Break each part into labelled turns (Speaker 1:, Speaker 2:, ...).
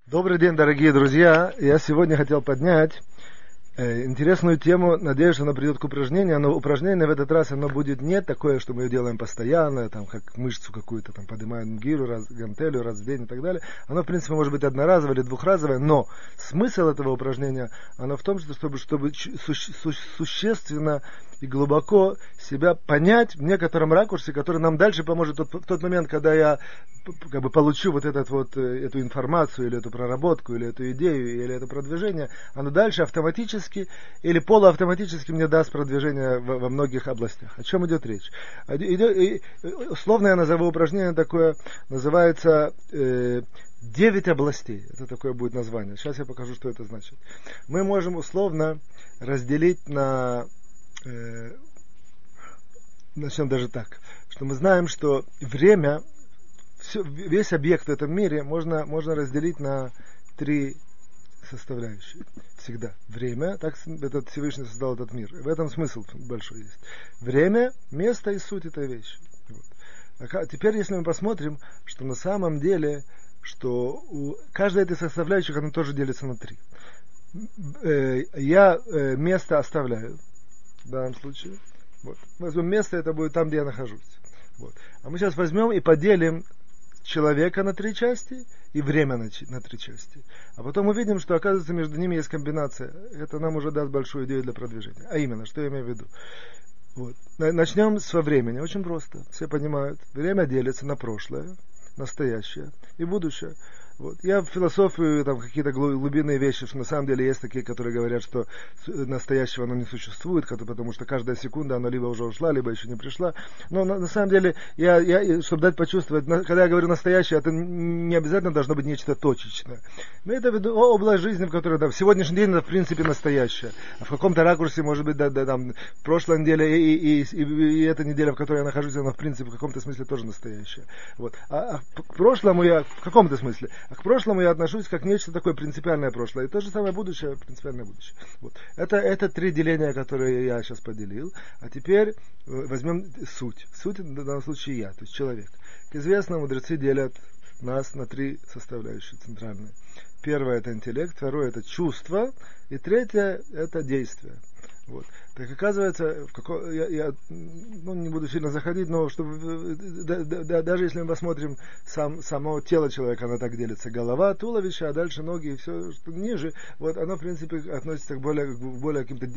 Speaker 1: Добрый день, дорогие друзья. Я сегодня хотел поднять интересную тему. Надеюсь, что она придет к упражнению. Но упражнение в этот раз оно будет не такое, что мы делаем постоянно, там, как мышцу какую-то, там, поднимаем гирю, гантелю раз в день и так далее. Оно, в принципе, может быть одноразовое или двухразовое, но смысл этого упражнения, оно в том, чтобы существенно и глубоко себя понять в некотором ракурсе, который нам дальше поможет в тот момент, когда я получу эту информацию, или эту проработку, или эту идею, или это продвижение, оно дальше автоматически или полуавтоматически мне даст продвижение во многих областях. О чем идет речь? Условно я назову упражнение такое, называется 9 областей. Это такое будет название. Сейчас я покажу, что это значит. Мы можем условно разделить на... Начнем даже так, что мы знаем, что время, весь объект в этом мире можно разделить на 3 составляющие. Всегда. Время, так этот Всевышний создал этот мир. В этом смысл большой есть. Время, место и суть этой вещи. Вот. А теперь, если мы посмотрим, что на самом деле, что у каждой этой составляющей она тоже делится на 3. Я место оставляю. В данном случае. Вот. Возьмем место, это будет там, где я нахожусь. Вот. А мы сейчас возьмем и поделим человека на 3 части и время на 3 части. А потом увидим, что, оказывается, между ними есть комбинация. Это нам уже даст большую идею для продвижения. А именно, что я имею в виду? Вот. Начнем со времени. Очень просто. Все понимают. Время делится на прошлое, настоящее и будущее. Вот. Я в философию, там какие-то глубинные вещи, что на самом деле есть такие, которые говорят, что настоящего оно не существует, потому что каждая секунда она либо уже ушла, либо еще не пришла. Но на самом деле, я, чтобы дать почувствовать, когда я говорю настоящее, это не обязательно должно быть нечто точечное. Но это область жизни, в которой в сегодняшний день это в принципе настоящее. А в каком-то ракурсе, может быть, там, прошлой неделе и эта неделя, в которой я нахожусь, она в принципе в каком-то смысле тоже настоящая. Вот. А к прошлому я в каком-то смысле. А к прошлому я отношусь как нечто такое принципиальное прошлое. И то же самое будущее, принципиальное будущее. Вот. Это 3 деления, которые я сейчас поделил. А теперь возьмем суть. Суть в данном случае я, то есть человек. Как известно, мудрецы делят нас на 3 составляющие центральные. Первое это интеллект, второе это чувство, и третье это действие. Вот. Так оказывается, я не буду сильно заходить, но чтобы, даже если мы посмотрим само тело человека, оно так делится: голова, туловище, а дальше ноги и все, что ниже, вот оно в принципе относится к более каким-то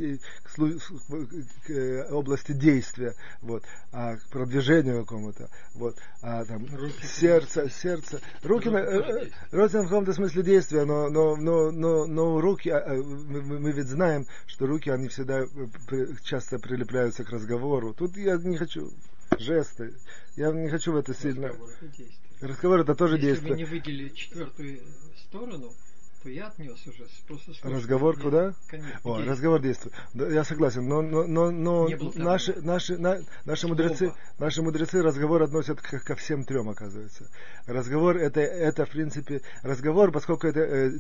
Speaker 1: к области действия, вот, а к продвижению какому-то, вот, а там руки, сердце, руки в каком-то смысле действия, но руки, мы ведь знаем, что руки они всегда часто прилепляются к разговору. Тут я не хочу жесты, я не хочу в это сильно. Разговор это тоже действие.
Speaker 2: Если мы не выделили 4-ю сторону, то я отнес уже просто слушать.
Speaker 1: Разговор куда?
Speaker 2: Конечно,
Speaker 1: разговор действует. Да, я согласен, но наши мудрецы разговор относят ко всем 3, оказывается. Разговор это в принципе разговор, поскольку это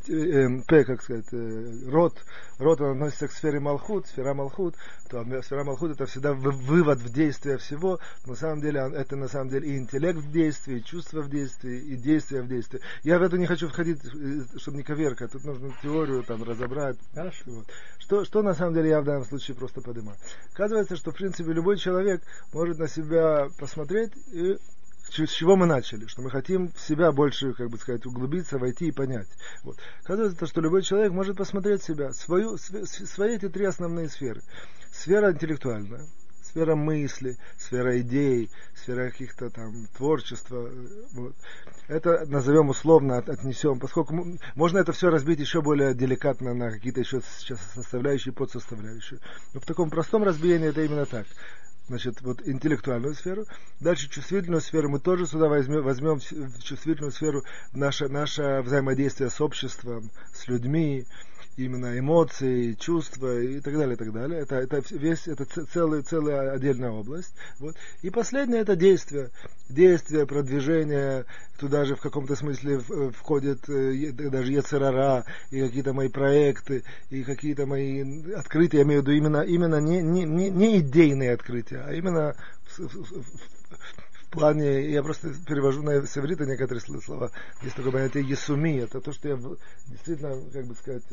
Speaker 1: род он относится к сфере Малхут, сфера Малхут, то сфера Малхут это всегда вывод в действие всего. На самом деле это на самом деле и интеллект в действии, и чувство в действии, и действие в действии. Я в это не хочу входить, чтобы не коверкать. Тут нужно теорию там разобрать. Вот. Что на самом деле я в данном случае просто поднимаю. Оказывается, что в принципе любой человек может на себя посмотреть, и с чего мы начали, что мы хотим в себя больше, углубиться, войти и понять. Вот. Оказывается, что любой человек может посмотреть себя, свои эти 3 основные сферы. Сфера интеллектуальная, сфера мысли, сфера идей, сфера каких-то там творчества. Вот. Это назовем условно, отнесем, поскольку можно это все разбить еще более деликатно на какие-то еще сейчас составляющие, подсоставляющие. Но в таком простом разбиении это именно так. Значит, вот интеллектуальную сферу. Дальше чувствительную сферу мы тоже сюда возьмем в чувствительную сферу наше взаимодействие с обществом, с людьми, именно эмоции, чувства и так далее, и так далее. Это целая отдельная область. Вот. И последнее это действие, продвижение. Туда же в каком-то смысле входит даже Йецер-Ара, и какие-то мои проекты, и какие-то мои открытия. Я имею в виду именно не идейные открытия, а именно плане, я просто перевожу с иврита некоторые слова. Есть такое понятие есуми, это то, что я действительно, как бы сказать,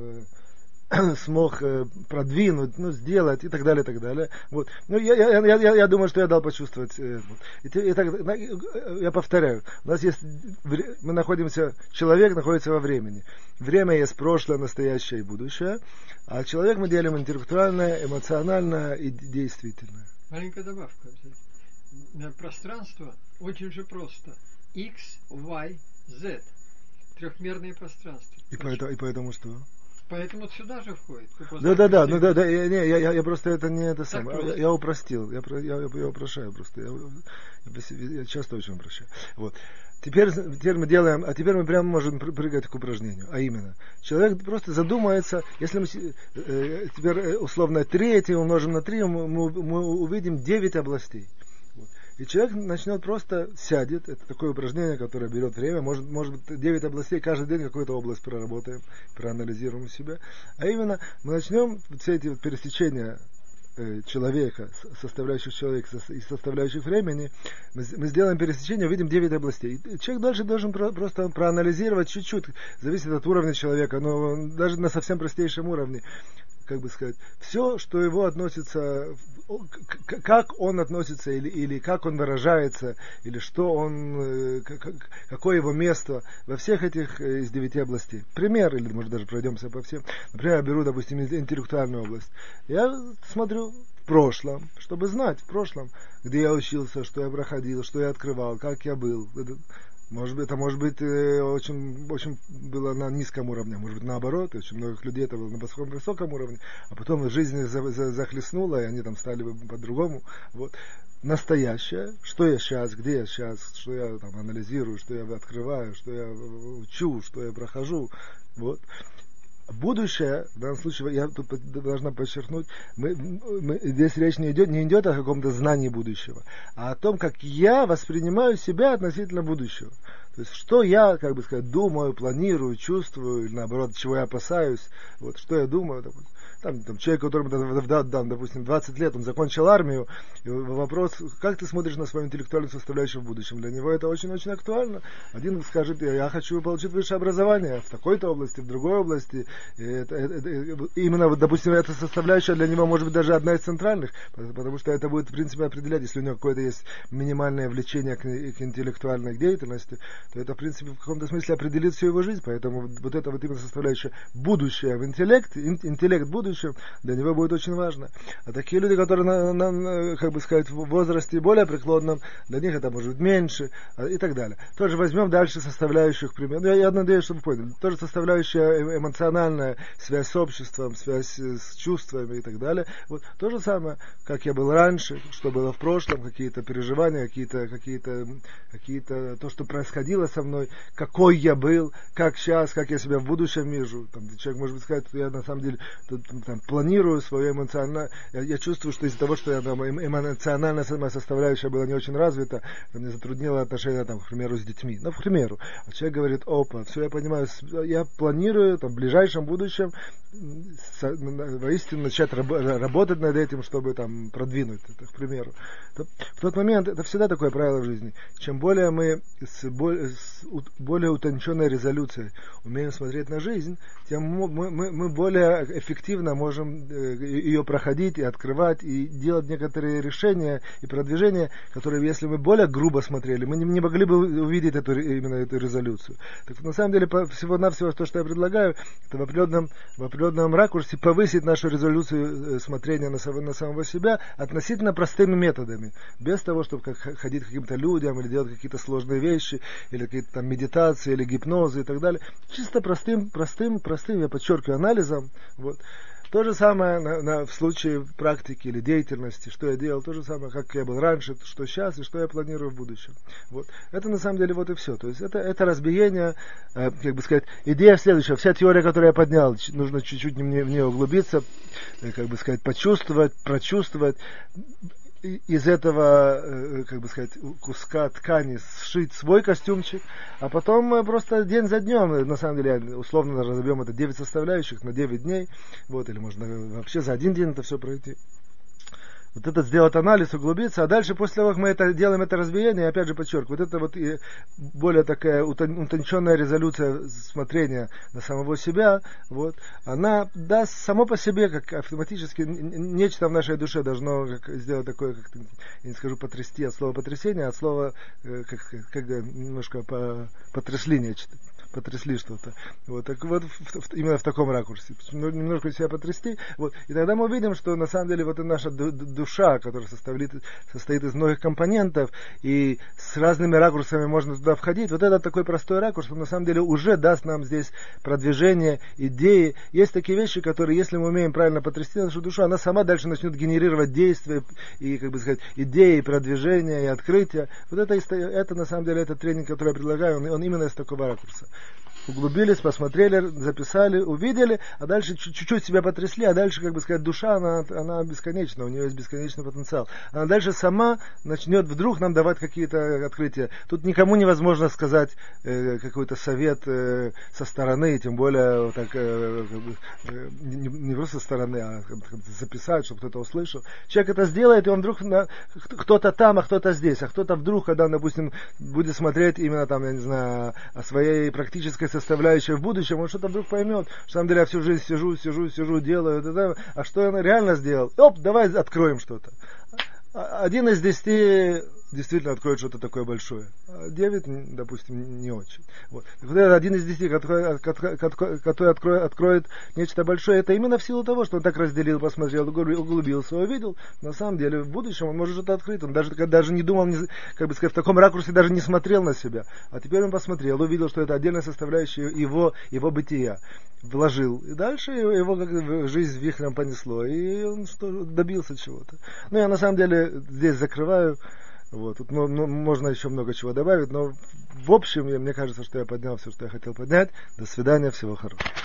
Speaker 1: смог продвинуть, сделать и так далее, и так далее. Вот. Ну, я думаю, что я дал почувствовать. Я повторяю, у нас есть, человек находится во времени. Время есть прошлое, настоящее и будущее, а человек мы делим интеллектуальное, эмоциональное и действительное.
Speaker 2: Маленькая добавка. Пространство очень же просто. X, Y, Z. Трехмерное пространство.
Speaker 1: И поэтому что?
Speaker 2: Поэтому сюда же входит.
Speaker 1: Да. Я просто это не это самое. Я упростил. Я упрощаю просто. Я часто очень упрощаю. Вот. Теперь мы делаем, теперь мы прямо можем прыгать к упражнению. А именно, человек просто задумается, если мы теперь условно 3 умножим на 3, мы увидим 9 областей. И человек начнет просто сядет, это такое упражнение, которое берет время, может быть 9 областей, каждый день какую-то область проработаем, проанализируем себя. А именно мы начнем все эти пересечения человека, составляющих человека и составляющих времени, мы сделаем пересечение, увидим 9 областей. И человек дальше должен просто проанализировать чуть-чуть, зависит от уровня человека, но даже на совсем простейшем уровне, как бы сказать, все, что его относится, как он относится, или как он выражается, или что он, какое его место во всех этих из 9 областей. Пример, или может даже пройдемся по всем. Например, я беру, допустим, интеллектуальную область. Я смотрю в прошлом, чтобы знать в прошлом, где я учился, что я проходил, что я открывал, как я был. Может быть, очень было на низком уровне, может быть, наоборот, очень многих людей это было на высоком уровне, а потом жизнь захлестнула, и они там стали по-другому. Вот. Настоящее, что я сейчас, где я сейчас, что я там анализирую, что я открываю, что я учу, что я прохожу. Вот. Будущее, в данном случае, я тут должна подчеркнуть, здесь речь не идет о каком-то знании будущего, а о том, как я воспринимаю себя относительно будущего. То есть, что я, как бы сказать, думаю, планирую, чувствую, или наоборот, чего я опасаюсь, вот, что я думаю, допустим. Там человек, которому, допустим, 20 лет, он закончил армию, и вопрос, как ты смотришь на свою интеллектуальную составляющую в будущем? Для него это очень-очень актуально. Один скажет, я хочу получить высшее образование в такой-то области, в другой области. Именно, допустим, эта составляющая для него может быть даже одна из центральных, потому что это будет, в принципе, определять, если у него какое-то есть минимальное влечение к интеллектуальной деятельности, то это, в принципе, в каком-то смысле определит всю его жизнь. Поэтому вот эта вот именно составляющая будущее в интеллект будущее, для него будет очень важно. А такие люди, которые, как бы сказать, в возрасте более преклонном, для них это может быть меньше, и так далее. Тоже возьмем дальше составляющих, примерно. Я надеюсь, что вы поняли. Тоже составляющая эмоциональная, связь с обществом, связь с чувствами и так далее. Вот то же самое, как я был раньше, что было в прошлом, какие-то переживания, какие-то то, что происходило со мной, какой я был, как сейчас, как я себя в будущем вижу. Там, человек может быть сказать, я на самом деле там, планирую свое эмоциональное. Я чувствую, что из-за того, что я там, эмоциональная моя составляющая была не очень развита, это мне затруднило отношения, там, к примеру, с детьми. Ну, к примеру. А человек говорит, опа, все я понимаю, я планирую там, в ближайшем будущем воистину начать работать над этим, чтобы там продвинуть это, к примеру. В тот момент, это всегда такое правило в жизни. Чем более мы с более утонченной резолюцией умеем смотреть на жизнь, тем мы более эффективно можем ее проходить и открывать, и делать некоторые решения и продвижения, которые, если мы более грубо смотрели, мы не могли бы увидеть именно эту резолюцию. Так на самом деле, всего-навсего то, что я предлагаю, это в определенном ракурсе повысить нашу резолюцию смотрения на самого себя относительно простыми методами, без того, чтобы ходить к каким-то людям, или делать какие-то сложные вещи, или какие-то там медитации, или гипнозы и так далее. Чисто простым, я подчеркиваю, анализом. Вот. То же самое в случае практики или деятельности, что я делал, то же самое, как я был раньше, что сейчас и что я планирую в будущем. Вот. Это на самом деле вот и все. То есть это разбиение, как бы сказать, идея следующая. Вся теория, которую я поднял, нужно чуть-чуть в нее углубиться, как бы сказать, почувствовать, прочувствовать. Из этого, как бы сказать, куска ткани сшить свой костюмчик, а потом просто день за днем, на самом деле, условно разобьем это 9 составляющих на 9 дней, вот, или можно вообще за один день это все пройти. Вот это сделать анализ, углубиться, а дальше после того, как мы это делаем, это разбиение, опять же подчеркиваю, вот это вот и более такая утонченная резолюция смотрения на самого себя, вот, она даст само по себе, как автоматически, нечто в нашей душе должно сделать такое, как, я не скажу потрясти от слова потрясение, а от слова, когда немножко потрясли нечто. Потрясли что-то. Вот, так вот именно в таком ракурсе. Немножко себя потрясти. Вот. И тогда мы увидим, что на самом деле вот и наша душа, которая состоит из многих компонентов, и с разными ракурсами можно туда входить. Вот этот такой простой ракурс, он на самом деле уже даст нам здесь продвижение, идеи. Есть такие вещи, которые, если мы умеем правильно потрясти нашу душу, она сама дальше начнет генерировать действия и, как бы сказать, идеи, продвижения и открытия. Вот это на самом деле, этот тренинг, который я предлагаю, он именно из такого ракурса. Углубились, посмотрели, записали, увидели, а дальше чуть-чуть себя потрясли, а дальше, как бы сказать, душа, она бесконечна, у нее есть бесконечный потенциал. Она дальше сама начнет вдруг нам давать какие-то открытия. Тут никому невозможно сказать какой-то совет со стороны, тем более вот так, не просто со стороны, а записать, чтобы кто-то услышал. Человек это сделает, и он вдруг, кто-то там, а кто-то здесь, а кто-то вдруг, когда, допустим, будет смотреть именно там, я не знаю, о своей практической составляющей в будущем, он что-то вдруг поймет, что на самом деле я всю жизнь сижу, делаю, а что я реально сделал? Оп, давай откроем что-то. 1 из 10 действительно откроет что-то такое большое. 9, допустим, не очень. Вот это 1 из 10, который откроет нечто большое, это именно в силу того, что он так разделил, посмотрел, углубился, увидел. На самом деле, в будущем он может что-то открыть. Он даже не думал, как бы сказать, в таком ракурсе даже не смотрел на себя. А теперь он посмотрел, увидел, что это отдельная составляющая его бытия. Вложил. И дальше его как жизнь вихрем понесло. И он добился чего-то. Ну, я на самом деле здесь закрываю. Вот. Тут можно еще много чего добавить, но в общем, мне кажется, что я поднял все, что я хотел поднять. До свидания, всего хорошего.